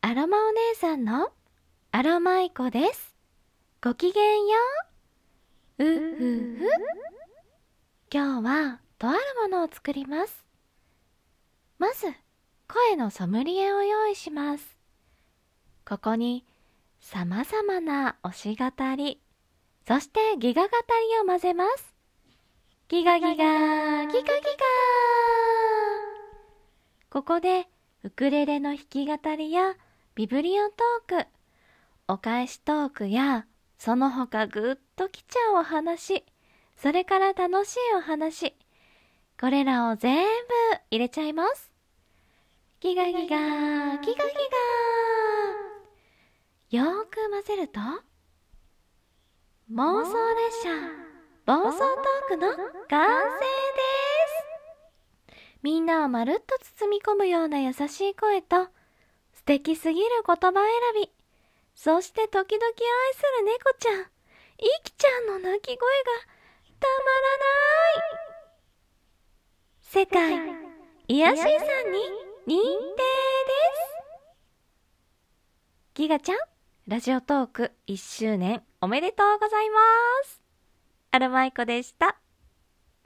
アロマお姉さんのアロマイコです。ごきげんよう。今日はとあるものを作ります。まず声のソムリエを用意します。ここにさまざまな推し語り、そしてギガ語りを混ぜます。ギガギガギガギガ。ここでウクレレの弾き語りやビブリオトーク、お返しトークやその他ぐっときちゃうお話、それから楽しいお話、これらを全部入れちゃいます。ギガギガギガギガ。よーく混ぜると妄想列車暴走トークの完成です。みんなをまるっと包み込むような優しい声と素敵すぎる言葉選び、そして時々愛する猫ちゃん、イキちゃんの鳴き声がたまらない。世界癒しさんに認定です。ギガちゃん、ラジオトーク1周年おめでとうございます。アロマイコでした。